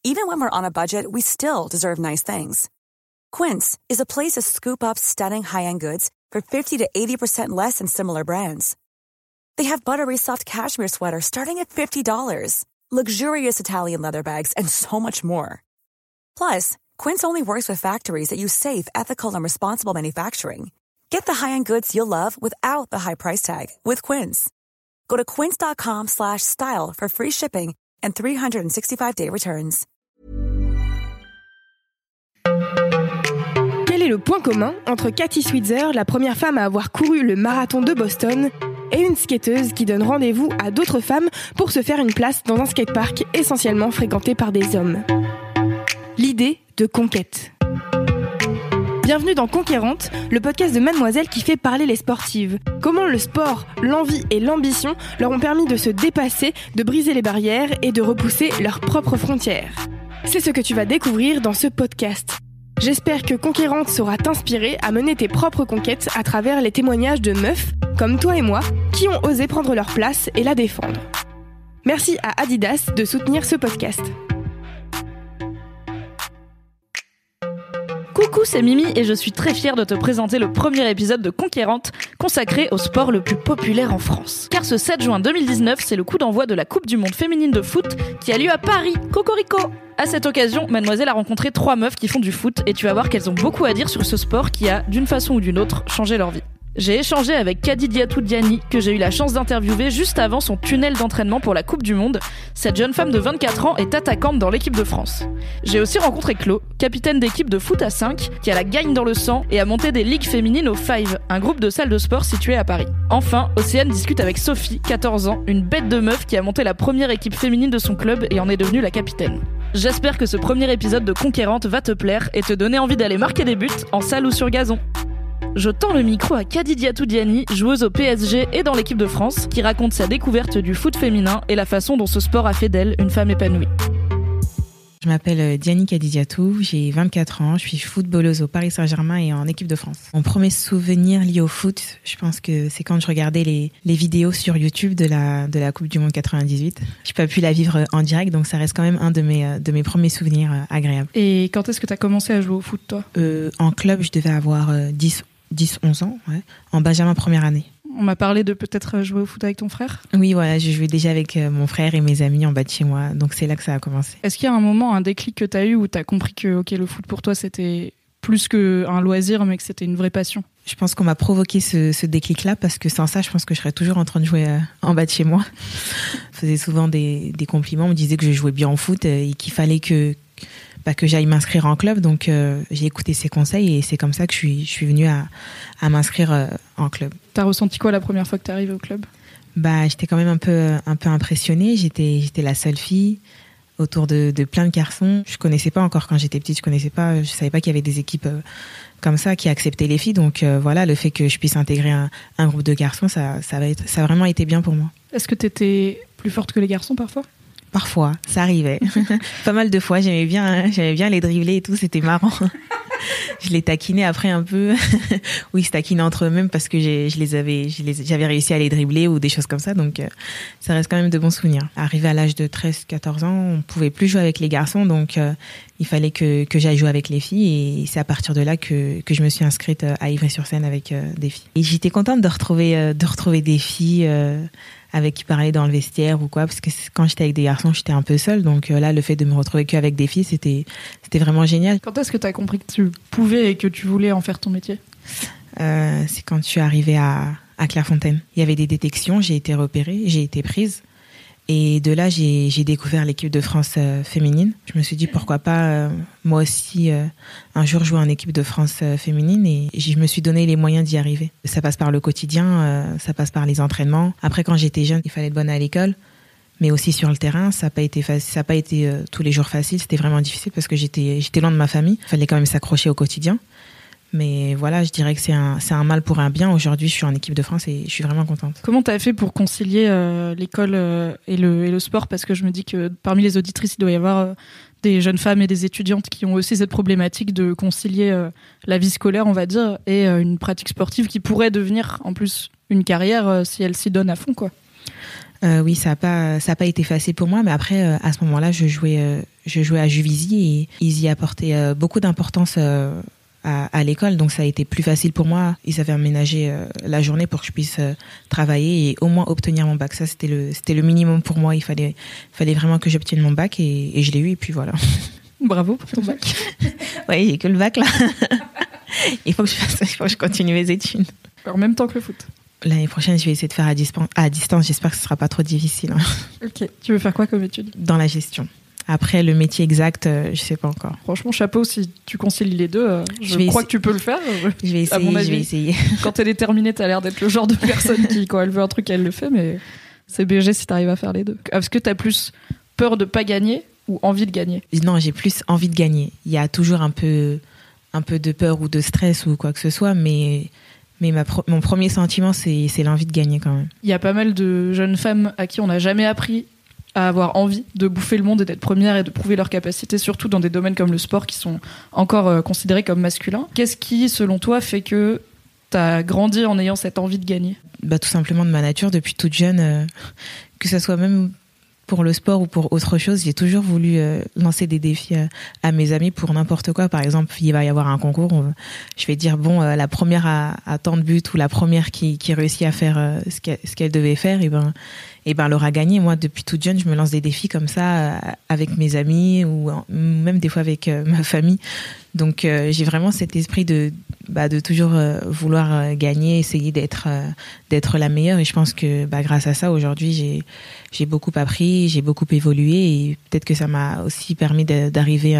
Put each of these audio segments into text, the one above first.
Even when we're on a budget, we still deserve nice things. Quince is a place to scoop up stunning high-end goods for 50 to 80% less than similar brands. They have buttery soft cashmere sweaters starting at $50, luxurious Italian leather bags, and so much more. Plus, Quince only works with factories that use safe, ethical, and responsible manufacturing. Get the high-end goods you'll love without the high price tag with Quince. Go to quince.com/style for free shipping and 365-day returns. Quel est le point commun entre Cathy Switzer, la première femme à avoir couru le marathon de Boston, et une skateuse qui donne rendez-vous à d'autres femmes pour se faire une place dans un skatepark essentiellement fréquenté par des hommes? L'idée de conquête. Bienvenue dans Conquérante, le podcast de Mademoiselle qui fait parler les sportives. Comment le sport, l'envie et l'ambition leur ont permis de se dépasser, de briser les barrières et de repousser leurs propres frontières. C'est ce que tu vas découvrir dans ce podcast. J'espère que Conquérante saura t'inspirer à mener tes propres conquêtes à travers les témoignages de meufs, comme toi et moi, qui ont osé prendre leur place et la défendre. Merci à Adidas de soutenir ce podcast. Coucou, c'est Mimi et je suis très fière de te présenter le premier épisode de Conquérante consacré au sport le plus populaire en France. Car ce 7 juin 2019, c'est le coup d'envoi de la Coupe du Monde féminine de foot qui a lieu à Paris. Cocorico! À cette occasion, Mademoiselle a rencontré 3 meufs qui font du foot et tu vas voir qu'elles ont beaucoup à dire sur ce sport qui a, d'une façon ou d'une autre, changé leur vie. J'ai échangé avec Kadidiatou Diani, que j'ai eu la chance d'interviewer juste avant son tunnel d'entraînement pour la Coupe du Monde. Cette jeune femme de 24 ans est attaquante dans l'équipe de France. J'ai aussi rencontré Chlo, capitaine d'équipe de foot à 5, qui a la gagne dans le sang et a monté des ligues féminines au Five, un groupe de salles de sport situé à Paris. Enfin, Océane discute avec Sophie, 14 ans, une bête de meuf qui a monté la première équipe féminine de son club et en est devenue la capitaine. J'espère que ce premier épisode de Conquérante va te plaire et te donner envie d'aller marquer des buts en salle ou sur gazon. Je tends le micro à Kadidiatou Diani, joueuse au PSG et dans l'équipe de France, qui raconte sa découverte du foot féminin et la façon dont ce sport a fait d'elle une femme épanouie. Je m'appelle Diani Kadidiatou, j'ai 24 ans, je suis footballeuse au Paris Saint-Germain et en équipe de France. Mon premier souvenir lié au foot, je pense que c'est quand je regardais les vidéos sur YouTube de la Coupe du Monde 98. J'ai pas pu la vivre en direct, donc ça reste quand même un de mes premiers souvenirs agréables. Et quand est-ce que t'as commencé à jouer au foot, toi ? En club, je devais avoir 10-11 ans, ouais, en Benjamin première année. On m'a parlé de peut-être jouer au foot avec ton frère ? Oui, voilà, je jouais déjà avec mon frère et mes amis en bas de chez moi, donc c'est là que ça a commencé. Est-ce qu'il y a un moment, un déclic que t'as eu où t'as compris que le foot pour toi c'était plus qu'un loisir, mais que c'était une vraie passion ? Je pense qu'on m'a provoqué ce déclic-là, parce que sans ça, je pense que je serais toujours en train de jouer en bas de chez moi. Je faisais souvent des compliments, on me disait que je jouais bien au foot et qu'il fallait que j'aille m'inscrire en club, donc j'ai écouté ses conseils et c'est comme ça que je suis venue à m'inscrire en club. T'as ressenti quoi la première fois que t'es arrivée au club ? J'étais quand même un peu impressionnée, j'étais la seule fille autour de plein de garçons. Je connaissais pas encore quand j'étais petite, je savais pas qu'il y avait des équipes comme ça qui acceptaient les filles, donc voilà, le fait que je puisse intégrer un groupe de garçons, ça a vraiment été bien pour moi. Est-ce que t'étais plus forte que les garçons parfois ? Parfois, ça arrivait. Pas mal de fois, j'aimais bien les dribbler et tout, c'était marrant. Je les taquinais après un peu. Oui, ils se taquinaient entre eux-mêmes parce que j'avais réussi à les dribbler ou des choses comme ça, donc ça reste quand même de bons souvenirs. Arrivé à l'âge de 13-14 ans, on pouvait plus jouer avec les garçons, donc il fallait que j'aille jouer avec les filles et c'est à partir de là que je me suis inscrite à Ivry-sur-Seine avec des filles. Et j'étais contente de retrouver des filles avec qui parler dans le vestiaire ou quoi, parce que quand j'étais avec des garçons, j'étais un peu seule, donc là, le fait de me retrouver qu'avec des filles, c'était vraiment génial. Quand est-ce que tu as compris que tu pouvais et que tu voulais en faire ton métier ? C'est quand je suis arrivée à Clairefontaine. Il y avait des détections, j'ai été repérée, j'ai été prise, et de là, j'ai découvert l'équipe de France féminine. Je me suis dit, pourquoi pas, moi aussi, un jour jouer en équipe de France féminine, et je me suis donné les moyens d'y arriver. Ça passe par le quotidien, ça passe par les entraînements. Après, quand j'étais jeune, il fallait être bonne à l'école, mais aussi sur le terrain. Ça n'a pas été tous les jours facile, c'était vraiment difficile parce que j'étais loin de ma famille. Il fallait quand même s'accrocher au quotidien. Mais voilà, je dirais que c'est un mal pour un bien. Aujourd'hui, je suis en équipe de France et je suis vraiment contente. Comment tu as fait pour concilier l'école et le sport ? Parce que je me dis que parmi les auditrices, il doit y avoir des jeunes femmes et des étudiantes qui ont aussi cette problématique de concilier la vie scolaire, on va dire, et une pratique sportive qui pourrait devenir en plus une carrière si elles s'y donnent à fond, quoi. Oui, ça a pas été facile pour moi, mais après à ce moment-là, je jouais à Juvisy et ils y apportaient beaucoup d'importance à l'école, donc ça a été plus facile pour moi. Ils avaient aménagé la journée pour que je puisse travailler et au moins obtenir mon bac. Ça, c'était le minimum pour moi. Il fallait vraiment que j'obtienne mon bac et je l'ai eu et puis voilà. Bravo pour ton bac. Oui, j'ai que le bac là. Il faut que je continue mes études. En même temps que le foot. L'année prochaine, je vais essayer de faire à distance. J'espère que ce sera pas trop difficile. Ok. Tu veux faire quoi comme étude ? Dans la gestion. Après, le métier exact, je sais pas encore. Franchement, chapeau si tu concilies les deux. Je crois que tu peux le faire. Je vais essayer. Quand t'es déterminée, t'as l'air d'être le genre de personne qui, quand elle veut un truc, elle le fait. Mais c'est BG si t'arrives à faire les deux. Est-ce que t'as plus peur de pas gagner ou envie de gagner ? Non, j'ai plus envie de gagner. Il y a toujours un peu de peur ou de stress ou quoi que ce soit, mais mon premier sentiment, c'est l'envie de gagner quand même. Il y a pas mal de jeunes femmes à qui on n'a jamais appris à avoir envie de bouffer le monde et d'être première et de prouver leurs capacités, surtout dans des domaines comme le sport qui sont encore considérés comme masculins. Qu'est-ce qui, selon toi, fait que t'as grandi en ayant cette envie de gagner ? Tout simplement de ma nature, depuis toute jeune, que ce soit même pour le sport ou pour autre chose, j'ai toujours voulu lancer des défis à mes amis pour n'importe quoi. Par exemple, il va y avoir un concours, je vais dire la première à tant de buts ou la première qui réussit à faire ce qu'elle devait faire, et ben l'aura gagné. Moi, depuis toute jeune, je me lance des défis comme ça avec mes amis ou même des fois avec ma famille. Donc j'ai vraiment cet esprit de toujours vouloir gagner, essayer d'être la meilleure, et je pense que grâce à ça aujourd'hui j'ai beaucoup appris, j'ai beaucoup évolué, et peut-être que ça m'a aussi permis d'arriver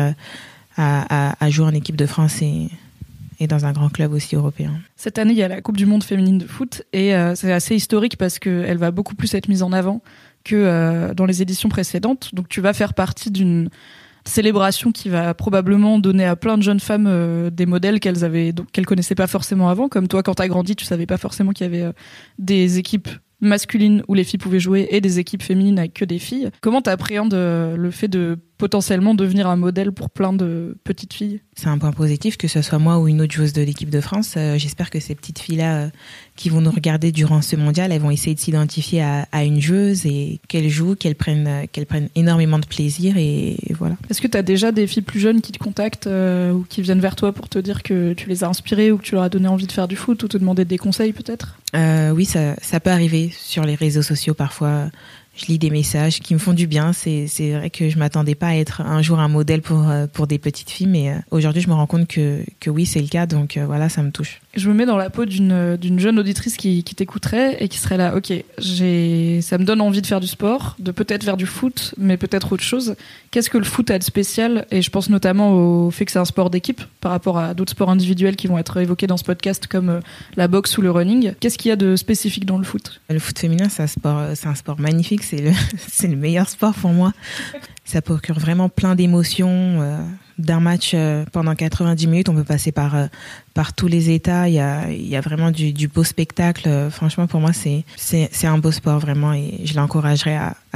à jouer en équipe de France et dans un grand club aussi européen. Cette année, il y a la Coupe du Monde féminine de foot et c'est assez historique parce qu'elle va beaucoup plus être mise en avant que dans les éditions précédentes. Donc tu vas faire partie d'une célébration qui va probablement donner à plein de jeunes femmes des modèles qu'elles connaissaient pas forcément avant. Comme toi, quand t'as grandi, tu savais pas forcément qu'il y avait des équipes masculines où les filles pouvaient jouer et des équipes féminines avec que des filles. Comment t'appréhendes le fait de potentiellement devenir un modèle pour plein de petites filles ? C'est un point positif, que ce soit moi ou une autre joueuse de l'équipe de France. J'espère que ces petites filles-là qui vont nous regarder durant ce mondial, elles vont essayer de s'identifier à une joueuse et qu'elles jouent, qu'elles prennent énormément de plaisir, et voilà. Est-ce que tu as déjà des filles plus jeunes qui te contactent ou qui viennent vers toi pour te dire que tu les as inspirées ou que tu leur as donné envie de faire du foot ou te demander des conseils peut-être ? Oui, ça peut arriver sur les réseaux sociaux parfois. Je lis des messages qui me font du bien. C'est vrai que je m'attendais pas à être un jour un modèle pour des petites filles, mais aujourd'hui je me rends compte que oui, c'est le cas, donc voilà, ça me touche. Je me mets dans la peau d'une jeune auditrice qui t'écouterait et qui serait là, ok, ça me donne envie de faire du sport, de peut-être faire du foot, mais peut-être autre chose. Qu'est-ce que le foot a de spécial ? Et je pense notamment au fait que c'est un sport d'équipe par rapport à d'autres sports individuels qui vont être évoqués dans ce podcast comme la boxe ou le running. Qu'est-ce qu'il y a de spécifique dans le foot ? Le foot féminin, c'est un sport magnifique, c'est le meilleur sport pour moi. Ça procure vraiment plein d'émotions. D'un match pendant 90 minutes, on peut passer par tous les états. Il y a vraiment du beau spectacle. Franchement, pour moi, c'est un beau sport vraiment, et je l'encouragerais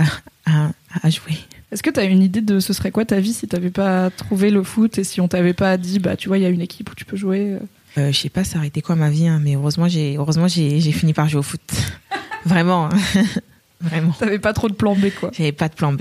à jouer. Est-ce que tu as une idée de ce serait quoi ta vie si tu n'avais pas trouvé le foot et si on t'avait pas dit, tu vois, il y a une équipe où tu peux jouer Je sais pas, ça aurait été quoi ma vie, hein, mais heureusement, j'ai fini par jouer au foot. Vraiment. Vraiment. T'avais pas trop de plan B, quoi. J'avais pas de plan B.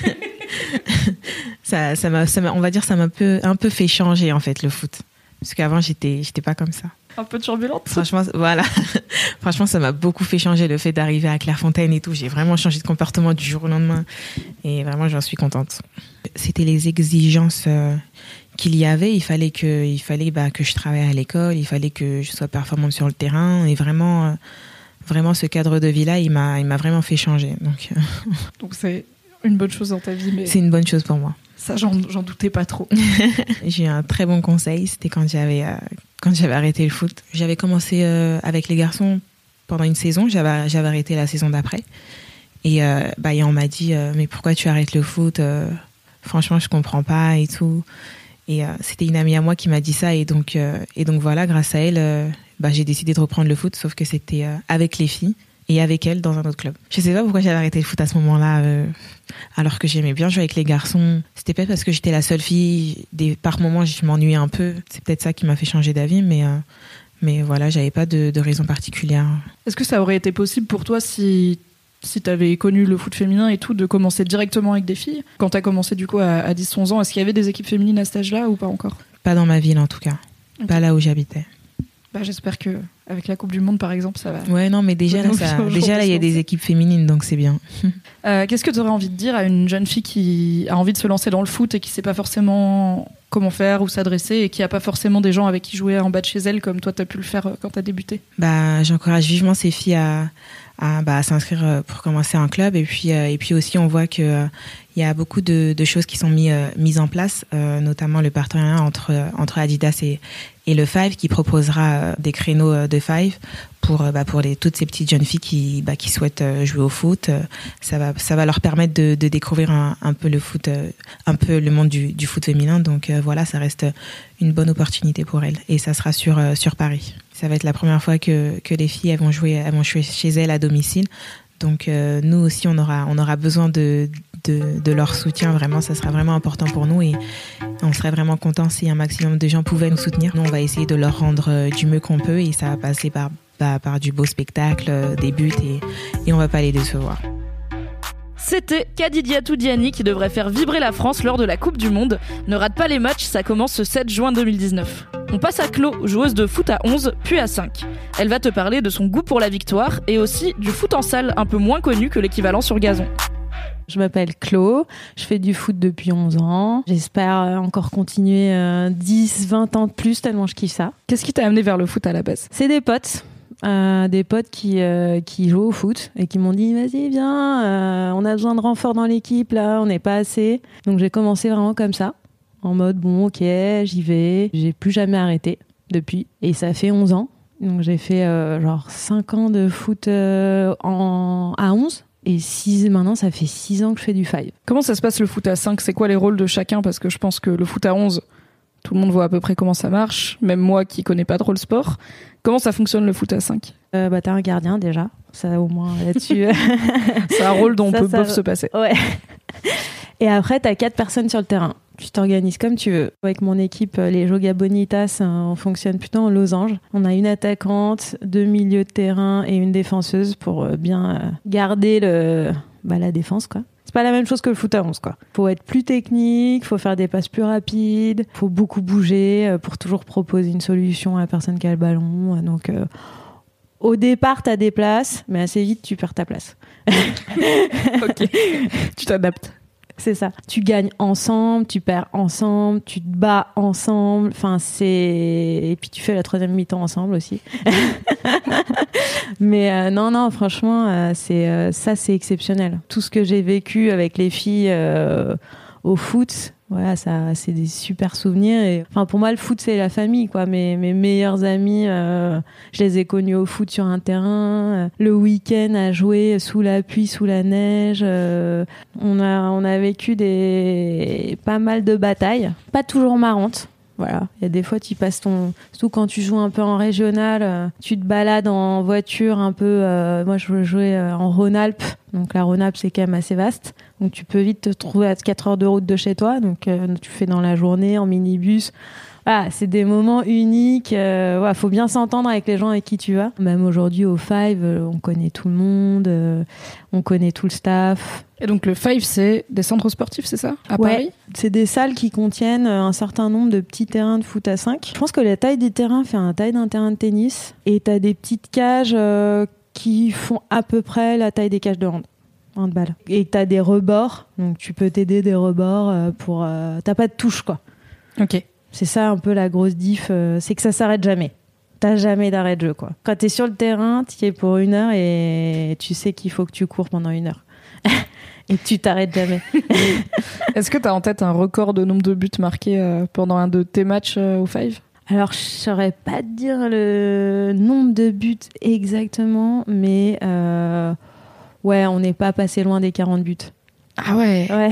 On va dire, ça m'a un peu fait changer, en fait, le foot. Parce qu'avant, j'étais pas comme ça. Un peu turbulente. Franchement, voilà. Franchement, ça m'a beaucoup fait changer, le fait d'arriver à Clairefontaine et tout. J'ai vraiment changé de comportement du jour au lendemain. Et vraiment, j'en suis contente. C'était les exigences qu'il y avait. Il fallait que je travaille à l'école. Il fallait que je sois performante sur le terrain. Et vraiment, ce cadre de vie-là, il m'a vraiment fait changer. Donc c'est une bonne chose dans ta vie, mais... C'est une bonne chose pour moi. Ça, j'en doutais pas trop. J'ai eu un très bon conseil, c'était quand j'avais arrêté le foot. J'avais commencé avec les garçons pendant une saison, j'avais arrêté la saison d'après. Et on m'a dit mais pourquoi tu arrêtes le foot ? Franchement, je comprends pas et tout. Et c'était une amie à moi qui m'a dit ça, et donc voilà, grâce à elle, j'ai décidé de reprendre le foot, sauf que c'était avec les filles et avec elle dans un autre club. Je sais pas pourquoi j'avais arrêté le foot à ce moment-là, alors que j'aimais bien jouer avec les garçons. C'était peut-être parce que j'étais la seule fille. Par moments, je m'ennuyais un peu. C'est peut-être ça qui m'a fait changer d'avis, mais voilà, j'avais pas de raison particulière. Est-ce que ça aurait été possible pour toi si si t'avais connu le foot féminin et tout, de commencer directement avec des filles. Quand t'as commencé du coup à 10-11 ans, est-ce qu'il y avait des équipes féminines à cet âge-là ou pas encore ? Pas dans ma ville en tout cas, pas là où j'habitais. Bah, j'espère que avec la Coupe du Monde par exemple ça va. Ouais non mais déjà là il y a des équipes féminines donc c'est bien. Qu'est-ce que tu aurais envie de dire à une jeune fille qui a envie de se lancer dans le foot et qui sait pas forcément comment faire ou s'adresser et qui a pas forcément des gens avec qui jouer en bas de chez elle comme toi t'as pu le faire quand t'as débuté ? Bah j'encourage vivement ces filles à s'inscrire pour commencer un club et puis aussi on voit que il y a beaucoup de choses qui sont mises en place, notamment le partenariat entre Adidas et le Five qui proposera des créneaux de Five pour toutes ces petites jeunes filles qui souhaitent jouer au foot. Ça va leur permettre de découvrir un peu le foot, un peu le monde du foot féminin. Donc voilà, ça reste une bonne opportunité pour elles et ça sera sur Paris. Ça va être la première fois que les filles elles vont jouer chez elles à domicile. Donc nous aussi on aura besoin de leur soutien, vraiment ça sera vraiment important pour nous et on serait vraiment contents si un maximum de gens pouvaient nous soutenir. Nous on va essayer de leur rendre du mieux qu'on peut et ça va passer par du beau spectacle, des buts et on va pas les décevoir. C'était Kadidiatou Diani qui devrait faire vibrer la France lors de la Coupe du Monde. Ne rate pas les matchs, ça commence ce 7 juin 2019. On passe à Chlo, joueuse de foot à 11, puis à 5. Elle va te parler de son goût pour la victoire et aussi du foot en salle, un peu moins connu que l'équivalent sur gazon. Je m'appelle Chlo, je fais du foot depuis 11 ans. J'espère encore continuer 10, 20 ans de plus tellement je kiffe ça. Qu'est-ce qui t'a amené vers le foot à la base ? C'est des potes qui jouent au foot et qui m'ont dit vas-y viens, on a besoin de renfort dans l'équipe là, on n'est pas assez. Donc j'ai commencé vraiment comme ça, en mode bon ok j'y vais. J'ai plus jamais arrêté depuis et ça fait 11 ans. Donc j'ai fait 5 ans de foot à 11. Et maintenant, ça fait 6 ans que je fais du 5. Comment ça se passe le foot à 5 ? C'est quoi les rôles de chacun ? Parce que je pense que le foot à 11, tout le monde voit à peu près comment ça marche. Même moi qui connais pas trop le sport. Comment ça fonctionne le foot à 5 ? T'as un gardien déjà. Ça au moins là-dessus. C'est un rôle dont on peut se passer. Ouais. Et après, t'as 4 personnes sur le terrain. Tu t'organises comme tu veux. Avec mon équipe, les Joga Bonitas, on fonctionne plutôt en losange. On a une attaquante, 2 milieux de terrain et une défenseuse pour bien garder la défense, quoi. C'est pas la même chose que le foot à 11, quoi. Faut être plus technique, faut faire des passes plus rapides, faut beaucoup bouger pour toujours proposer une solution à la personne qui a le ballon. Donc, au départ, t'as des places, mais assez vite, tu perds ta place. Ok, tu t'adaptes. C'est ça. Tu gagnes ensemble, tu perds ensemble, tu te bats ensemble. Enfin, et puis tu fais la 3e mi-temps ensemble aussi. Mais non, franchement, c'est exceptionnel. Tout ce que j'ai vécu avec les filles au foot, voilà, ça, c'est des super souvenirs. Et, enfin, pour moi, le foot, c'est la famille, quoi. Mes meilleurs amis, je les ai connus au foot sur un terrain. Le week-end, à jouer sous la pluie, sous la neige. On a vécu pas mal de batailles. Pas toujours marrantes. Voilà, il y a des fois tu passes surtout quand tu joues un peu en régional, tu te balades en voiture un peu, moi je jouais en Rhône-Alpes, donc la Rhône-Alpes c'est quand même assez vaste, donc tu peux vite te trouver à 4 heures de route de chez toi, donc tu fais dans la journée en minibus. Voilà, c'est des moments uniques, faut bien s'entendre avec les gens avec qui tu vas. Même aujourd'hui au Five, on connaît tout le monde, on connaît tout le staff. Et donc le Five, c'est des centres sportifs, c'est ça, à Paris ? C'est des salles qui contiennent un certain nombre de petits terrains de foot à 5. Je pense que la taille des terrains fait la taille d'un terrain de tennis. Et t'as des petites cages qui font à peu près la taille des cages de handball. Et t'as des rebords, donc tu peux t'aider des rebords pour... t'as pas de touche, quoi. Ok. C'est ça un peu la grosse diff, c'est que ça s'arrête jamais. T'as jamais d'arrêt de jeu, quoi. Quand t'es sur le terrain, t'y es pour 1 heure et tu sais qu'il faut que tu cours pendant 1 heure. Et tu t'arrêtes jamais. Est-ce que t'as en tête un record de nombre de buts marqués pendant un de tes matchs au Five ? Alors, je saurais pas te dire le nombre de buts exactement, mais on n'est pas passé loin des 40 buts. Ah ouais. Ouais.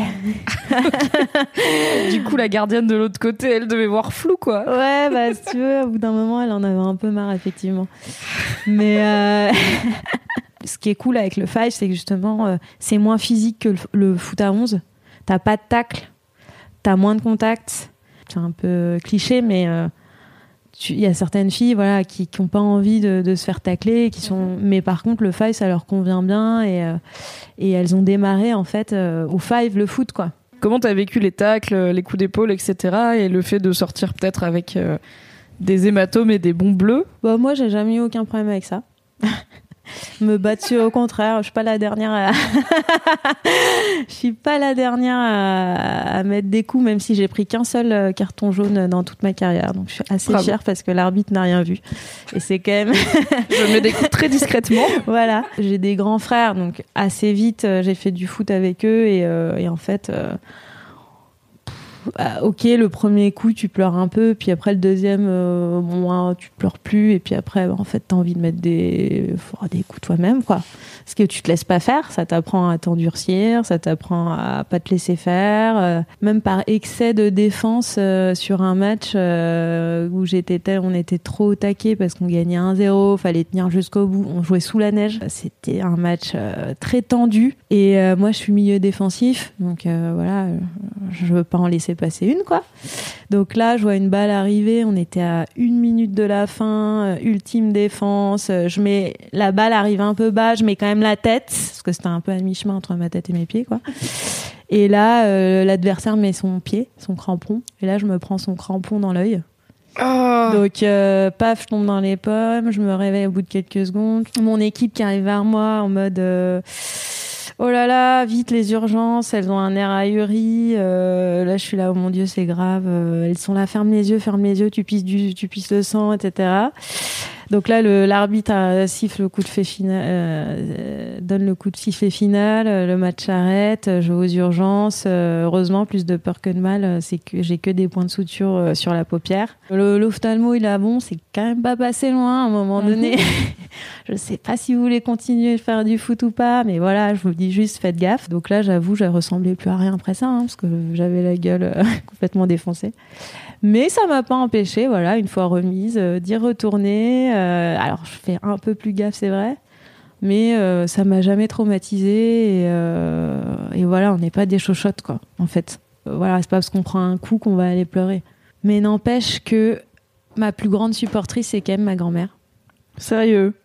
Du coup, la gardienne de l'autre côté, elle devait voir flou, quoi. Ouais, si tu veux, au bout d'un moment, elle en avait un peu marre, effectivement. Mais ce qui est cool avec le Five, c'est que justement, c'est moins physique que le foot à 11. T'as pas de tacle, t'as moins de contact. C'est un peu cliché, mais il y a certaines filles voilà qui ont pas envie de se faire tacler, mais par contre le five ça leur convient bien et elles ont démarré en fait au five le foot quoi. Comment t'as vécu les tacles, les coups d'épaule, etc. et le fait de sortir peut-être avec des hématomes et des bons bleus? Bah moi j'ai jamais eu aucun problème avec ça. Me battre dessus, au contraire, je suis pas la dernière à mettre des coups, même si j'ai pris qu'un seul carton jaune dans toute ma carrière. Donc je suis assez fière parce que l'arbitre n'a rien vu. Et c'est quand même je mets des coups très discrètement. Voilà, j'ai des grands frères, donc assez vite j'ai fait du foot avec eux et en fait ok, le premier coup tu pleures un peu, puis après le deuxième tu pleures plus, et puis après en fait t'as envie de mettre des coups toi-même quoi, parce que tu te laisses pas faire, ça t'apprend à t'endurcir, ça t'apprend à pas te laisser faire, même par excès de défense sur un match où on était trop au taquet parce qu'on gagnait 1-0, fallait tenir jusqu'au bout, on jouait sous la neige, c'était un match très tendu et moi je suis milieu défensif, donc voilà, je veux pas en laisser passer une quoi. Donc là je vois une balle arriver, on était à 1 minute de la fin, ultime défense, la balle arrive un peu bas, je mets quand même la tête parce que c'était un peu à mi-chemin entre ma tête et mes pieds quoi. Et là l'adversaire met son crampon, et là je me prends son crampon dans l'œil. Oh. Donc paf, je tombe dans les pommes, je me réveille au bout de quelques secondes, mon équipe qui arrive vers moi en mode oh là là, vite les urgences, elles ont un air ahuri. Là, je suis là, oh mon Dieu, c'est grave. Elles sont là, ferme les yeux, tu pisses le sang, etc. Donc là, l'arbitre siffle le coup de fait final, donne le coup de sifflet final. Le match s'arrête. Je vais aux urgences. Heureusement, plus de peur que de mal, c'est que j'ai que des points de suture sur la paupière. L'ophtalmo, il a bon, c'est quand même pas passé loin à un moment donné. Je sais pas si vous voulez continuer à faire du foot ou pas, mais voilà, je vous dis juste, faites gaffe. Donc là, j'avoue, je ressemblais plus à rien après ça, parce que j'avais la gueule complètement défoncée. Mais ça m'a pas empêché, voilà, une fois remise, d'y retourner. Alors, je fais un peu plus gaffe, c'est vrai, mais ça m'a jamais traumatisée. Et voilà, on n'est pas des chochottes, quoi, en fait. Voilà, c'est pas parce qu'on prend un coup qu'on va aller pleurer. Mais n'empêche que ma plus grande supportrice, c'est quand même ma grand-mère. Sérieux?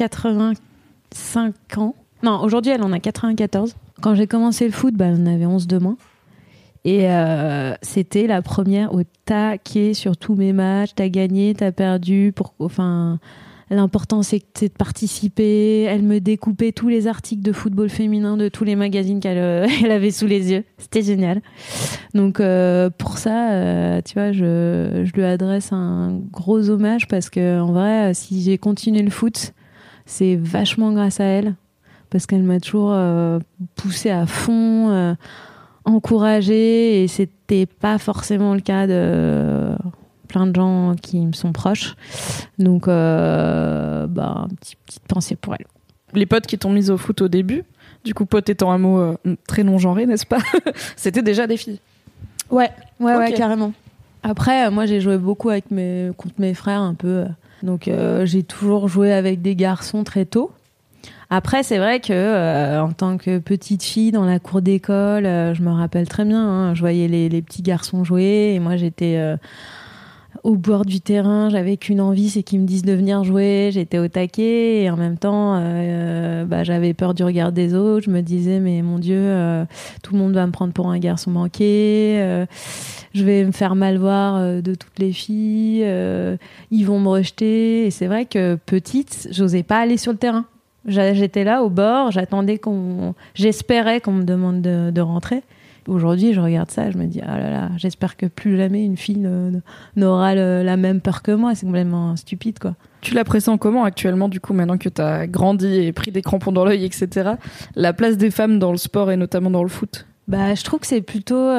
85 ans. Non, aujourd'hui, elle en a 94. Quand j'ai commencé le foot, elle en avait 11 de moins. Et c'était la première au taquet sur tous mes matchs. T'as gagné, t'as perdu. L'important, c'est de participer. Elle me découpait tous les articles de football féminin de tous les magazines qu'elle avait sous les yeux. C'était génial. Donc, pour ça, tu vois, je lui adresse un gros hommage parce que, en vrai, si j'ai continué le foot, c'est vachement grâce à elle. Parce qu'elle m'a toujours poussée à fond, encouragée, et c'était pas forcément le cas de plein de gens qui me sont proches. Donc, petite pensée pour elle. Les potes qui t'ont mise au foot au début, du coup, pote étant un mot très non-genré, n'est-ce pas? C'était déjà des filles. Ouais, carrément. Après, moi, j'ai joué beaucoup contre mes frères un peu. Donc, j'ai toujours joué avec des garçons très tôt. Après, c'est vrai que en tant que petite fille dans la cour d'école, je me rappelle très bien, je voyais les petits garçons jouer et moi j'étais au bord du terrain, j'avais qu'une envie, c'est qu'ils me disent de venir jouer. J'étais au taquet et en même temps j'avais peur du regard des autres. Je me disais mais mon Dieu, tout le monde va me prendre pour un garçon manqué, je vais me faire mal voir de toutes les filles, ils vont me rejeter. Et c'est vrai que petite, j'osais pas aller sur le terrain. J'étais là au bord, j'espérais qu'on me demande de rentrer. Aujourd'hui, je regarde ça, je me dis, ah là là, j'espère que plus jamais une fille n'aura la même peur que moi. C'est complètement stupide, quoi. Tu la pressens comment actuellement, du coup, maintenant que t'as grandi et pris des crampons dans l'œil, etc., la place des femmes dans le sport et notamment dans le foot? Je trouve que c'est plutôt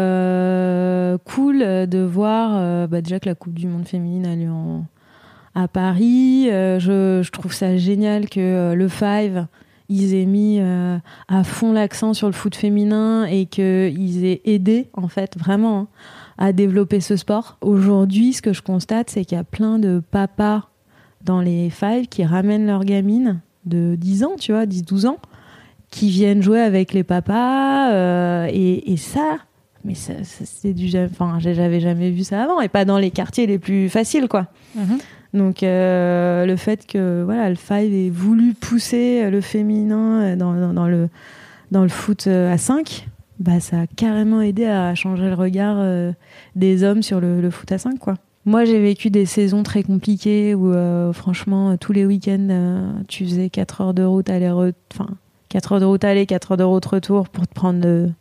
cool de voir déjà que la Coupe du Monde féminine a lieu à Paris. Je trouve ça génial que le Five, ils aient mis à fond l'accent sur le foot féminin et qu'ils aient aidé, en fait, vraiment, à développer ce sport. Aujourd'hui, ce que je constate, c'est qu'il y a plein de papas dans les Five qui ramènent leurs gamines de 10 ans, tu vois, 10-12 ans, qui viennent jouer avec les papas. Et ça, Mais c'est j'avais jamais vu ça avant, et pas dans les quartiers les plus faciles, quoi. Donc le fait que le Five ait voulu pousser le féminin dans le foot à 5, ça a carrément aidé à changer le regard des hommes sur le foot à 5, quoi. Moi, j'ai vécu des saisons très compliquées où franchement tous les week-ends tu faisais 4 heures de route aller, 4 heures de route aller, 4 heures de route retour pour te prendre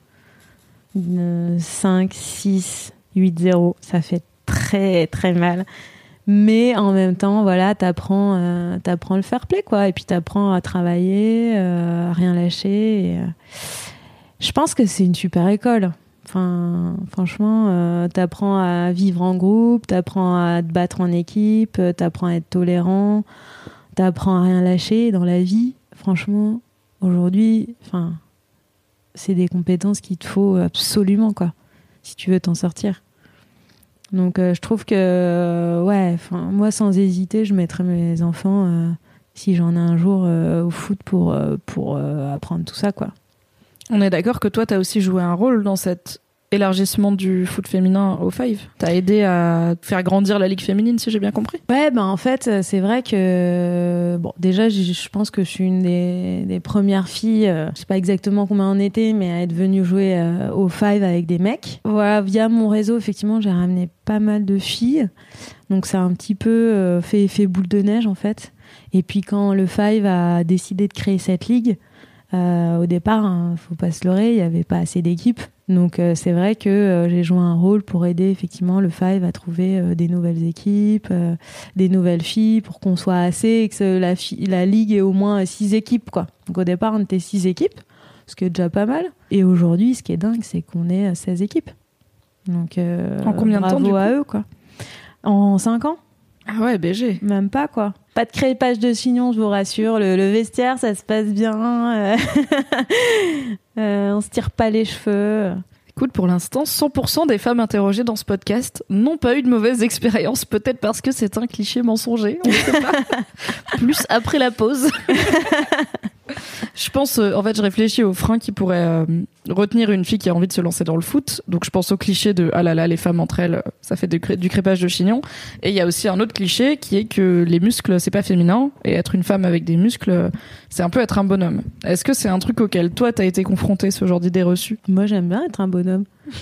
5, 6, 8-0. Ça fait très très mal. Mais en même temps, t'apprends le fair play, quoi. Et puis t'apprends à travailler, à rien lâcher. Je pense que c'est une super école. Enfin, franchement, t'apprends à vivre en groupe, t'apprends à te battre en équipe, t'apprends à être tolérant, t'apprends à rien lâcher dans la vie. Franchement, aujourd'hui, c'est des compétences qu'il te faut absolument, quoi, si tu veux t'en sortir. Donc je trouve que moi, sans hésiter, je mettrais mes enfants, si j'en ai un jour, au foot pour apprendre tout ça, quoi. On est d'accord que toi, t'as aussi joué un rôle dans cet élargissement du foot féminin au Five. T'as aidé à faire grandir la ligue féminine, si j'ai bien compris. Ouais, en fait, c'est vrai que déjà, je pense que je suis une des premières filles, je sais pas exactement combien on était, mais à être venue jouer au Five avec des mecs. Voilà, via mon réseau, effectivement, j'ai ramené pas mal de filles. Donc ça a un petit peu fait effet boule de neige, en fait. Et puis quand le Five a décidé de créer cette ligue, au départ, faut pas se leurrer, il y avait pas assez d'équipes. Donc c'est vrai que j'ai joué un rôle pour aider effectivement le Five à trouver des nouvelles équipes, des nouvelles filles, pour qu'on soit assez et que la ligue ait au moins 6 équipes, quoi. Donc au départ, on était 6 équipes, ce qui est déjà pas mal. Et aujourd'hui, ce qui est dingue, c'est qu'on est 16 équipes. Donc en combien de temps, du coup, à eux, quoi. En 5 ans. Ah ouais, BG. Même pas, quoi. Pas de crépage de chignon, je vous rassure. Le vestiaire, ça se passe bien. On se tire pas les cheveux. Écoute, pour l'instant, 100% des femmes interrogées dans ce podcast n'ont pas eu de mauvaise expérience. Peut-être parce que c'est un cliché mensonger, on ne sait pas. Plus après la pause. Je pense, en fait, je réfléchis aux freins qui pourraient retenir une fille qui a envie de se lancer dans le foot. Donc, je pense au cliché de « ah là là, les femmes entre elles, ça fait du crépage de chignon ». Et il y a aussi un autre cliché qui est que les muscles, c'est pas féminin. Et être une femme avec des muscles, c'est un peu être un bonhomme. Est-ce que c'est un truc auquel toi, t'as été confrontée, ce genre d'idée reçue ? Moi, j'aime bien être un bonhomme.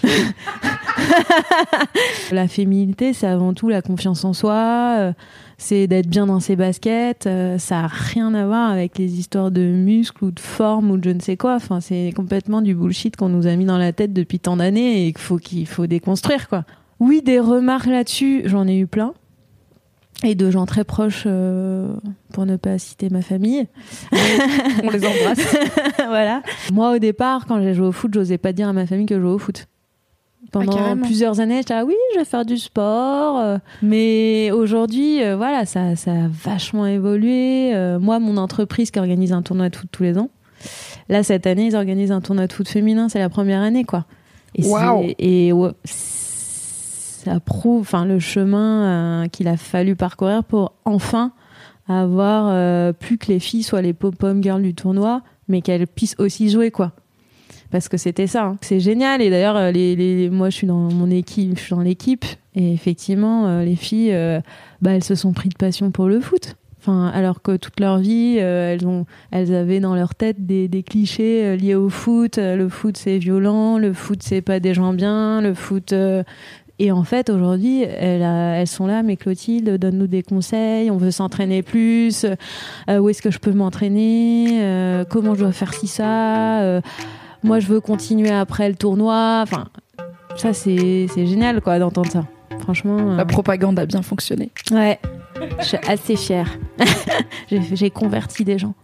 La féminité, c'est avant tout la confiance en soi, c'est d'être bien dans ses baskets, ça a rien à voir avec les histoires de muscles ou de forme ou de je ne sais quoi. Enfin, c'est complètement du bullshit qu'on nous a mis dans la tête depuis tant d'années et qu'il faut déconstruire, quoi. Oui, des remarques là-dessus, j'en ai eu plein. Et de gens très proches, pour ne pas citer ma famille. On les embrasse. Voilà. Moi, au départ, quand j'ai joué au foot, j'osais pas dire à ma famille que je jouais au foot. Pendant plusieurs années, j'étais oui, je vais faire du sport. Mais aujourd'hui, ça a vachement évolué. Moi, mon entreprise qui organise un tournoi de foot tous les ans, là, cette année, ils organisent un tournoi de foot féminin. C'est la première année, quoi. Et ça prouve le chemin qu'il a fallu parcourir pour enfin avoir plus que les filles soient les pom-pom girls du tournoi, mais qu'elles puissent aussi jouer, quoi. Parce que c'était ça, hein. C'est génial. Et d'ailleurs, moi, je suis dans mon équipe, je suis dans l'équipe, et effectivement, les filles, elles se sont pris de passion pour le foot. Enfin, alors que toute leur vie, elles avaient dans leur tête des clichés liés au foot. Le foot, c'est violent. Le foot, c'est pas des gens bien. Le foot. Et en fait, aujourd'hui, elles sont là, mais Clotilde, donne-nous des conseils, on veut s'entraîner plus, où est-ce que je peux m'entraîner, comment je dois faire ça, moi je veux continuer après le tournoi. Enfin, ça c'est génial, quoi, d'entendre ça. Franchement. La propagande a bien fonctionné. Ouais, je suis assez fière. J'ai converti des gens.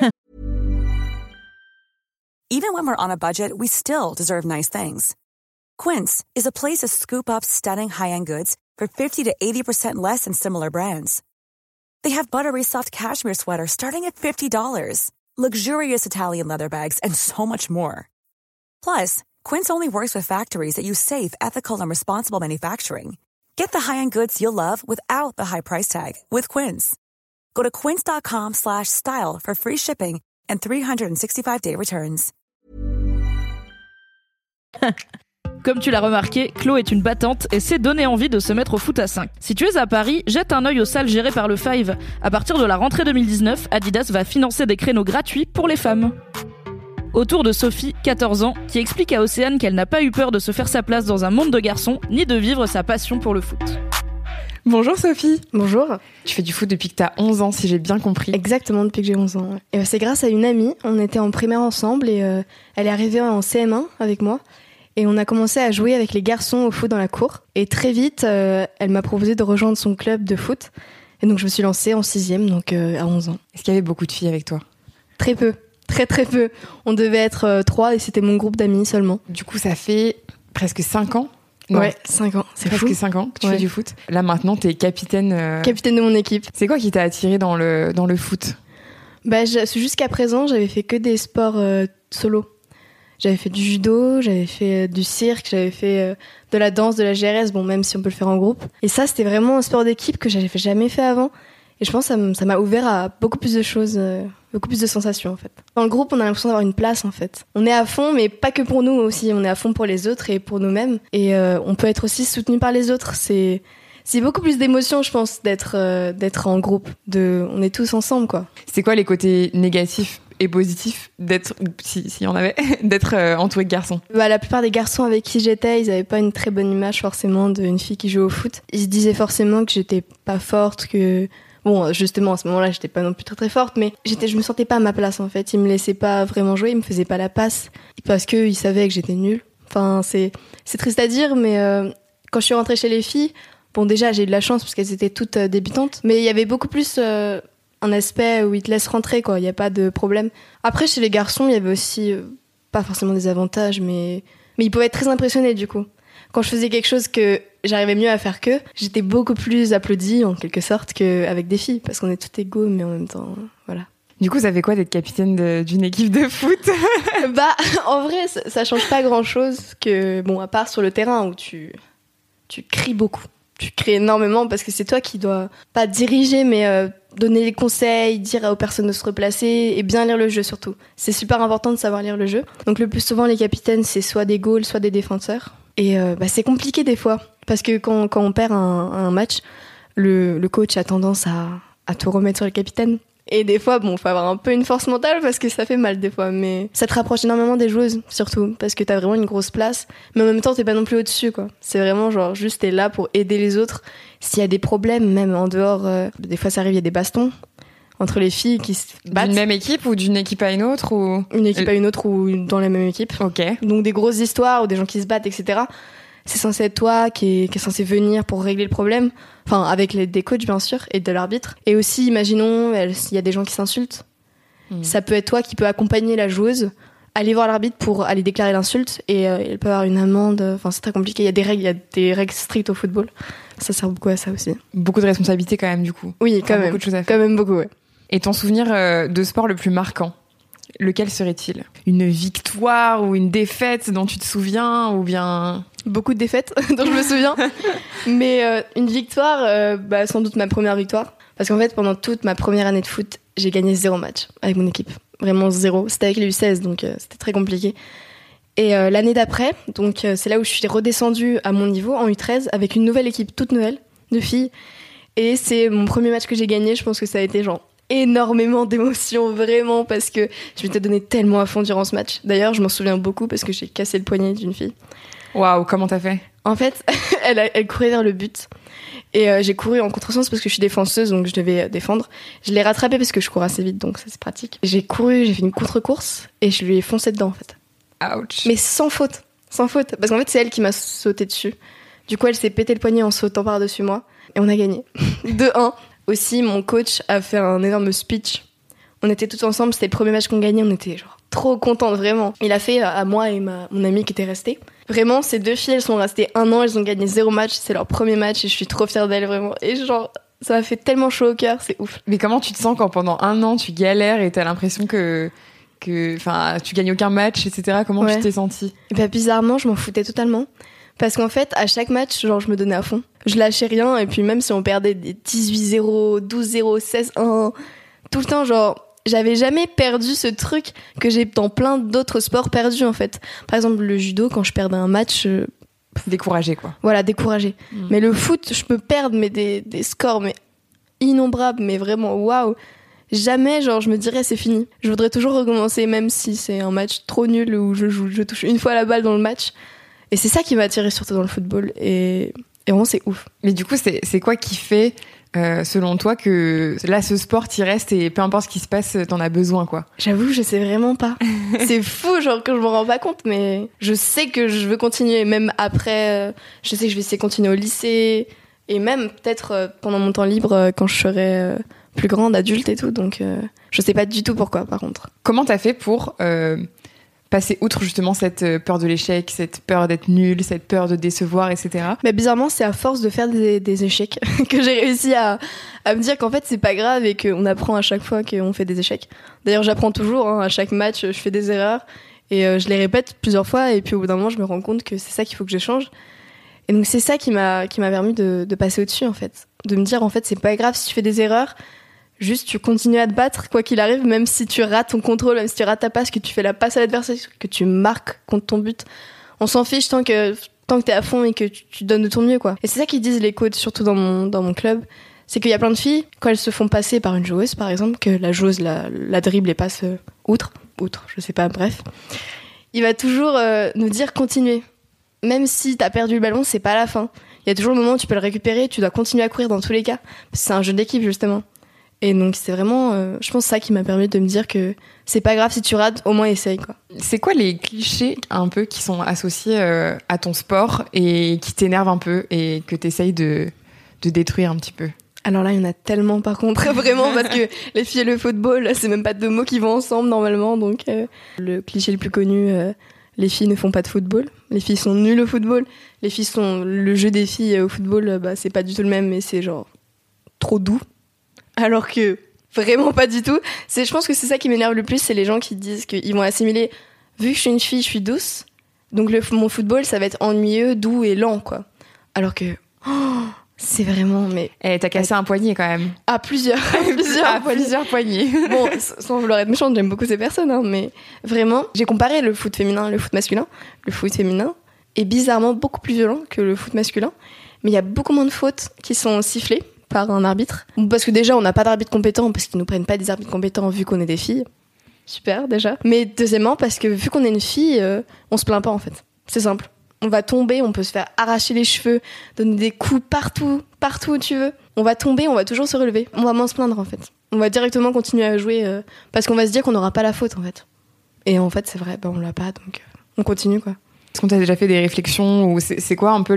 Even when we're on a budget, we still deserve nice things. Quince is a place to scoop up stunning high-end goods for 50 to 80% less than similar brands. They have buttery soft cashmere sweaters starting at $50, luxurious Italian leather bags, and so much more. Plus, Quince only works with factories that use safe, ethical, and responsible manufacturing. Get the high-end goods you'll love without the high price tag with Quince. Go to quince.com/style for free shipping and 365-day returns. Comme tu l'as remarqué, Chlo est une battante et sait donner envie de se mettre au foot à 5. Si tu es à Paris, jette un œil aux salles gérées par le Five. À partir de la rentrée 2019, Adidas va financer des créneaux gratuits pour les femmes. Autour de Sophie, 14 ans, qui explique à Océane qu'elle n'a pas eu peur de se faire sa place dans un monde de garçons, ni de vivre sa passion pour le foot. Bonjour Sophie. Bonjour. Tu fais du foot depuis que t'as 11 ans, si j'ai bien compris. Exactement, depuis que j'ai 11 ans. Et c'est grâce à une amie, on était en primaire ensemble et elle est arrivée en CM1 avec moi. Et on a commencé à jouer avec les garçons au foot dans la cour. Et très vite, elle m'a proposé de rejoindre son club de foot. Et donc je me suis lancée en 6e, donc à 11 ans. Est-ce qu'il y avait beaucoup de filles avec toi ? Très peu. Très très peu. On devait être 3 et c'était mon groupe d'amis seulement. Du coup, ça fait presque 5 ans. Non, Ouais, 5 ans. C'est presque fou. 5 ans que tu fais du foot. Là, maintenant, t'es capitaine. Capitaine de mon équipe. C'est quoi qui t'a attiré dans le foot ? Jusqu'à présent, j'avais fait que des sports solo. J'avais fait du judo, j'avais fait du cirque, j'avais fait de la danse, de la GRS, bon, même si on peut le faire en groupe. Et ça, c'était vraiment un sport d'équipe que j'avais jamais fait avant. Et je pense que ça m'a ouvert à beaucoup plus de choses, beaucoup plus de sensations, en fait. Dans le groupe, on a l'impression d'avoir une place, en fait. On est à fond, mais pas que pour nous aussi. On est à fond pour les autres et pour nous-mêmes. Et on peut être aussi soutenu par les autres. C'est beaucoup plus d'émotion, je pense, d'être en groupe. On est tous ensemble, quoi. C'est quoi les côtés négatifs et positifs d'être, s'il y en avait, d'être entouré de garçons ? La plupart des garçons avec qui j'étais, ils avaient pas une très bonne image, forcément, d'une fille qui joue au foot. Ils se disaient forcément que j'étais pas forte, que... Bon, justement, à ce moment-là, j'étais pas non plus très très forte, mais je me sentais pas à ma place, en fait. Ils me laissaient pas vraiment jouer, ils me faisaient pas la passe, parce qu'ils savaient que j'étais nulle. Enfin, c'est triste à dire, mais quand je suis rentrée chez les filles, bon, déjà, j'ai eu de la chance, parce qu'elles étaient toutes débutantes, mais il y avait beaucoup plus un aspect où ils te laissent rentrer, quoi, il y a pas de problème. Après, chez les garçons, il y avait aussi, pas forcément des avantages, mais ils pouvaient être très impressionnés, du coup. Quand je faisais quelque chose que j'arrivais mieux à faire qu'eux, j'étais beaucoup plus applaudie, en quelque sorte, qu'avec des filles, parce qu'on est toutes égaux, mais en même temps, voilà. Du coup, ça fait quoi d'être capitaine d'une équipe de foot ? En vrai, ça change pas grand-chose que, bon, à part sur le terrain où tu cries beaucoup. Tu cries énormément parce que c'est toi qui dois pas diriger, mais donner les conseils, dire aux personnes de se replacer et bien lire le jeu surtout. C'est super important de savoir lire le jeu. Donc le plus souvent, les capitaines, c'est soit des goals, soit des défenseurs. Et c'est compliqué des fois, parce que quand on perd un match, le coach a tendance à tout remettre sur le capitaine. Et des fois, bon, faut avoir un peu une force mentale parce que ça fait mal des fois, mais ça te rapproche énormément des joueuses, surtout, parce que t'as vraiment une grosse place, mais en même temps, t'es pas non plus au-dessus, quoi. C'est vraiment genre, juste t'es là pour aider les autres. S'il y a des problèmes, même en dehors, des fois ça arrive, il y a des bastons entre les filles qui se battent. D'une même équipe ou d'une équipe à une autre ou... Une équipe à une autre ou dans la même équipe. Ok. Donc des grosses histoires ou des gens qui se battent, etc. C'est censé être toi qui est censé venir pour régler le problème. Enfin, avec des coachs, bien sûr, et de l'arbitre. Et aussi, imaginons, s'il y a des gens qui s'insultent. Ça peut être toi qui peux accompagner la joueuse, aller voir l'arbitre pour aller déclarer l'insulte, et elle peut avoir une amende. Enfin, c'est très compliqué. Il y a des règles strictes au football. Ça sert beaucoup à ça aussi. Beaucoup de responsabilités quand même, du coup. Oui, quand même. Beaucoup de choses à faire. Quand même beaucoup, ouais. Et ton souvenir de sport le plus marquant, lequel serait-il ? Une victoire ou une défaite dont tu te souviens, ou bien... Beaucoup de défaites dont je me souviens. Mais une victoire, sans doute ma première victoire. Parce qu'en fait, pendant toute ma première année de foot, j'ai gagné 0 match avec mon équipe. Vraiment 0. C'était avec les U16, donc c'était très compliqué. Et l'année d'après, donc c'est là où je suis redescendue à mon niveau, en U13, avec une nouvelle équipe, toute nouvelle, de filles. Et c'est mon premier match que j'ai gagné. Je pense que ça a été genre énormément d'émotions, vraiment, parce que je m'étais donné tellement à fond durant ce match. D'ailleurs, je m'en souviens beaucoup parce que j'ai cassé le poignet d'une fille. Waouh, comment t'as fait ? En fait, elle courait vers le but. Et j'ai couru en contresens parce que je suis défenseuse, donc je devais défendre. Je l'ai rattrapée parce que je cours assez vite, donc ça c'est pratique. J'ai couru, j'ai fait une contre-course et je lui ai foncé dedans, en fait. Ouch. Mais sans faute. Sans faute. Parce qu'en fait, c'est elle qui m'a sauté dessus. Du coup, elle s'est pété le poignet en sautant par-dessus moi. Et on a gagné. 2-1. Aussi, mon coach a fait un énorme speech. On était tous ensemble, c'était le premier match qu'on gagnait, on était genre trop contentes, vraiment. Il a fait à moi et mon amie qui était restée. Vraiment, ces deux filles, elles sont restées 1 an, elles ont gagné 0 match, c'est leur premier match et je suis trop fière d'elles, vraiment. Et genre, ça m'a fait tellement chaud au cœur, c'est ouf. Mais comment tu te sens quand pendant 1 an tu galères et t'as l'impression que tu gagnes aucun match, etc. Comment tu t'es sentie ? Et bah, bizarrement, je m'en foutais totalement. Parce qu'en fait, à chaque match, genre, je me donnais à fond. Je lâchais rien, et puis même si on perdait des 18-0, 12-0, 16-1, tout le temps, genre, j'avais jamais perdu ce truc que j'ai dans plein d'autres sports perdus en fait. Par exemple le judo, quand je perdais un match, découragé quoi. Voilà, découragé. Mais le foot, je peux perdre mais des scores mais innombrables, mais vraiment waouh. Jamais genre je me dirais c'est fini. Je voudrais toujours recommencer même si c'est un match trop nul où je touche une fois la balle dans le match. Et c'est ça qui m'a attiré surtout dans le football et vraiment c'est ouf. Mais du coup c'est quoi qui fait selon toi que là ce sport t'y reste et peu importe ce qui se passe t'en as besoin quoi? J'avoue je sais vraiment pas. C'est fou genre que je m'en rends pas compte mais je sais que je veux continuer même après. Je sais que je vais essayer de continuer au lycée et même peut-être pendant mon temps libre quand je serai plus grande, adulte et tout, donc je sais pas du tout pourquoi par contre. Comment t'as fait pour passer outre justement cette peur de l'échec, cette peur d'être nulle, cette peur de décevoir, etc. Mais bizarrement, c'est à force de faire des échecs que j'ai réussi à me dire qu'en fait c'est pas grave et qu'on apprend à chaque fois qu'on fait des échecs. D'ailleurs j'apprends toujours, à chaque match je fais des erreurs et je les répète plusieurs fois et puis au bout d'un moment je me rends compte que c'est ça qu'il faut que j'échange. Et donc c'est ça qui m'a permis de passer au-dessus en fait. De me dire en fait c'est pas grave si tu fais des erreurs. Juste, tu continues à te battre, quoi qu'il arrive, même si tu rates ton contrôle, même si tu rates ta passe, que tu fais la passe à l'adversaire, que tu marques contre ton but. On s'en fiche tant que t'es à fond et que tu donnes de ton mieux, quoi. Et c'est ça qu'ils disent les coachs, surtout dans mon club. C'est qu'il y a plein de filles, quand elles se font passer par une joueuse, par exemple, que la joueuse la dribble et passe outre, je sais pas, bref. Il va toujours nous dire continuez. Même si t'as perdu le ballon, c'est pas la fin. Il y a toujours le moment où tu peux le récupérer, tu dois continuer à courir dans tous les cas. Parce que c'est un jeu d'équipe, justement. Et donc c'est vraiment, je pense, ça qui m'a permis de me dire que c'est pas grave si tu rates, au moins essaye quoi. C'est quoi les clichés un peu qui sont associés à ton sport et qui t'énervent un peu et que t'essayes de détruire un petit peu? Alors là, il y en a tellement par contre, vraiment, parce que les filles et le football, c'est même pas deux mots qui vont ensemble normalement. Donc le cliché le plus connu, les filles ne font pas de football, les filles sont nulles au football, le jeu des filles au football, c'est pas du tout le même, mais c'est genre trop doux. Alors que vraiment pas du tout. Je pense que c'est ça qui m'énerve le plus, c'est les gens qui disent qu'ils vont assimiler, vu que je suis une fille, je suis douce, donc mon football, ça va être ennuyeux, doux et lent, quoi. Alors que, c'est vraiment, mais... t'as cassé un poignet quand même. À plusieurs poignets. Bon, sans vouloir être méchante, j'aime beaucoup ces personnes, mais vraiment, j'ai comparé le foot féminin et le foot masculin. Le foot féminin est bizarrement beaucoup plus violent que le foot masculin, mais il y a beaucoup moins de fautes qui sont sifflées par un arbitre. Parce que déjà, on n'a pas d'arbitre compétent, parce qu'ils nous prennent pas des arbitres compétents vu qu'on est des filles. Super, déjà. Mais deuxièmement, parce que vu qu'on est une fille, on se plaint pas, en fait. C'est simple. On va tomber, on peut se faire arracher les cheveux, donner des coups partout où tu veux. On va tomber, on va toujours se relever. On va moins se plaindre, en fait. On va directement continuer à jouer, parce qu'on va se dire qu'on n'aura pas la faute, en fait. Et en fait, c'est vrai, on l'a pas, donc on continue, quoi. Est-ce qu'on t'a déjà fait des réflexions ou c'est quoi un peu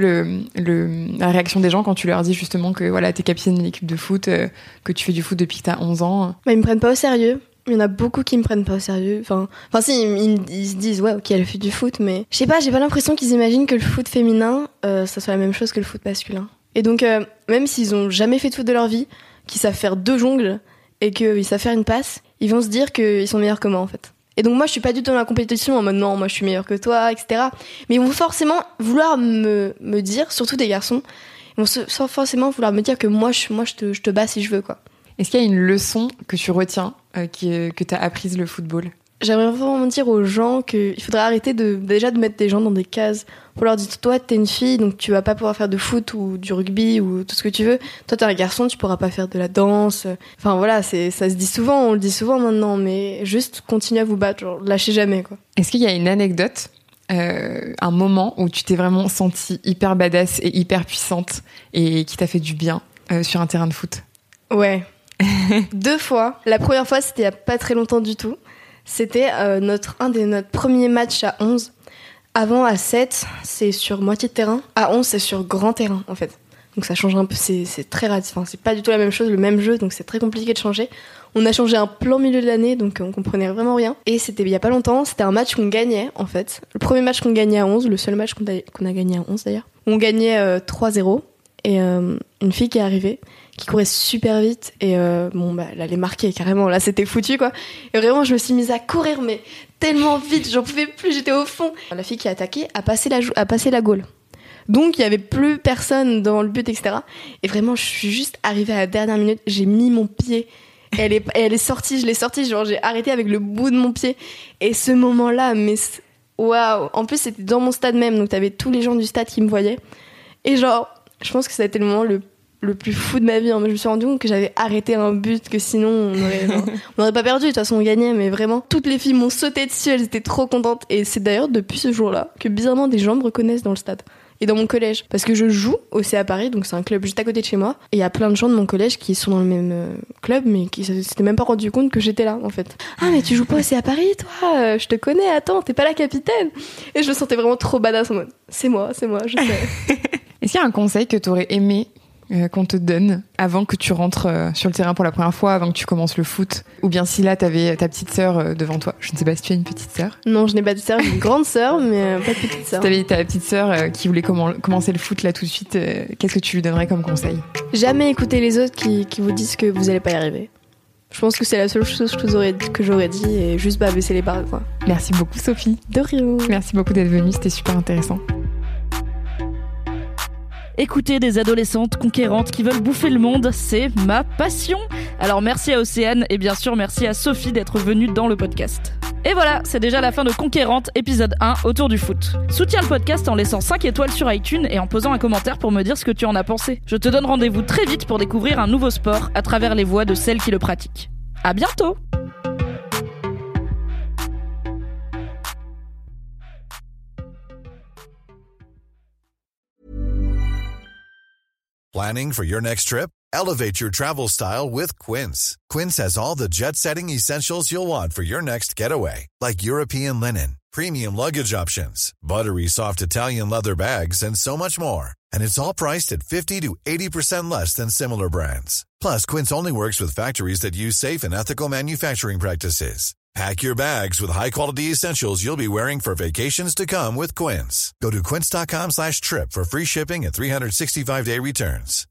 la réaction des gens quand tu leur dis justement que voilà, t'es capitaine d'une équipe de foot, que tu fais du foot depuis que t'as 11 ans? Ils me prennent pas au sérieux. Il y en a beaucoup qui me prennent pas au sérieux. Enfin si, ils se disent ouais, ok, elle fait du foot, mais je sais pas, j'ai pas l'impression qu'ils imaginent que le foot féminin, ça soit la même chose que le foot masculin. Et donc, même s'ils ont jamais fait de foot de leur vie, qu'ils savent faire 2 jongles et qu'ils savent faire une passe, ils vont se dire qu'ils sont meilleurs que moi en fait. Et donc moi je suis pas du tout dans la compétition en mode non moi je suis meilleure que toi, etc. Mais ils vont forcément vouloir me dire, surtout des garçons, ils vont forcément vouloir me dire que moi je te bats si je veux quoi. Est-ce qu'il y a une leçon que tu retiens que t'as apprise le football? J'aimerais vraiment dire aux gens qu'il faudrait arrêter déjà de mettre des gens dans des cases. Pour leur dire, toi, t'es une fille, donc tu vas pas pouvoir faire de foot ou du rugby ou tout ce que tu veux. Toi, t'es un garçon, tu pourras pas faire de la danse. Enfin, voilà, ça se dit souvent, on le dit souvent maintenant, mais juste continuez à vous battre, genre, lâchez jamais, quoi. Est-ce qu'il y a une anecdote, un moment où tu t'es vraiment sentie hyper badass et hyper puissante et qui t'a fait du bien sur un terrain de foot? Ouais. 2 fois. La première fois, c'était il y a pas très longtemps du tout. C'était notre premiers matchs à 11. Avant, à 7, c'est sur moitié de terrain. À 11, c'est sur grand terrain, en fait. Donc ça change un peu, c'est très radical. Enfin, c'est pas du tout la même chose, le même jeu, donc c'est très compliqué de changer. On a changé un plan milieu de l'année, donc on comprenait vraiment rien. Et c'était il y a pas longtemps, c'était un match qu'on gagnait, en fait. Le premier match qu'on gagnait à 11, le seul match qu'on a gagné à 11 d'ailleurs. On gagnait 3-0, et une fille qui est arrivée, qui courait super vite, et elle allait marquer carrément, là c'était foutu quoi. Et vraiment je me suis mise à courir, mais tellement vite, j'en pouvais plus, j'étais au fond. La fille qui a attaqué a passé la goal. Donc il y avait plus personne dans le but, etc. Et vraiment je suis juste arrivée à la dernière minute, j'ai mis mon pied Et elle est sortie, je l'ai sortie, genre j'ai arrêté avec le bout de mon pied. Et ce moment-là, mais waouh. En plus, c'était dans mon stade même, donc t'avais tous les gens du stade qui me voyaient. Et genre, je pense que ça a été le moment le plus fou de ma vie. Je me suis rendu compte que j'avais arrêté un but, que sinon on n'aurait pas perdu. De toute façon, on gagnait, mais vraiment, toutes les filles m'ont sauté dessus, elles étaient trop contentes. Et c'est d'ailleurs depuis ce jour-là que bizarrement des gens me reconnaissent dans le stade et dans mon collège. Parce que je joue au CA Paris, donc c'est un club juste à côté de chez moi. Et il y a plein de gens de mon collège qui sont dans le même club, mais qui s'étaient même pas rendu compte que j'étais là, en fait. Ah, mais tu joues pas au CA Paris, toi? Je te connais, attends, t'es pas la capitaine. Et je me sentais vraiment trop badass en mode, c'est moi, je sais. Est-ce qu'il y a un conseil que t'aurais aimé qu'on te donne avant que tu rentres sur le terrain pour la première fois, avant que tu commences le foot? Ou bien si là t'avais ta petite sœur devant toi. Je ne sais pas si tu as une petite sœur. Non, je n'ai pas de sœur, j'ai une grande sœur, mais pas de petite sœur. Si t'avais ta petite sœur qui voulait commencer le foot là tout de suite, qu'est-ce que tu lui donnerais comme conseil? Jamais écouter les autres qui vous disent que vous allez pas y arriver. Je pense que c'est la seule chose que j'aurais dit, et juste baisser les barres, quoi. Merci beaucoup Sophie. De rien. Merci beaucoup d'être venue, c'était super intéressant. Écouter des adolescentes conquérantes qui veulent bouffer le monde, c'est ma passion. Alors merci à Océane et bien sûr merci à Sophie d'être venue dans le podcast. Et voilà, c'est déjà la fin de Conquérante, épisode 1, autour du foot. Soutiens le podcast en laissant 5 étoiles sur iTunes et en posant un commentaire pour me dire ce que tu en as pensé. Je te donne rendez-vous très vite pour découvrir un nouveau sport à travers les voix de celles qui le pratiquent. À bientôt! Planning for your next trip? Elevate your travel style with Quince. Quince has all the jet-setting essentials you'll want for your next getaway, like European linen, premium luggage options, buttery soft Italian leather bags, and so much more. And it's all priced at 50 to 80% less than similar brands. Plus, Quince only works with factories that use safe and ethical manufacturing practices. Pack your bags with high-quality essentials you'll be wearing for vacations to come with Quince. Go to quince.com/trip for free shipping and 365-day returns.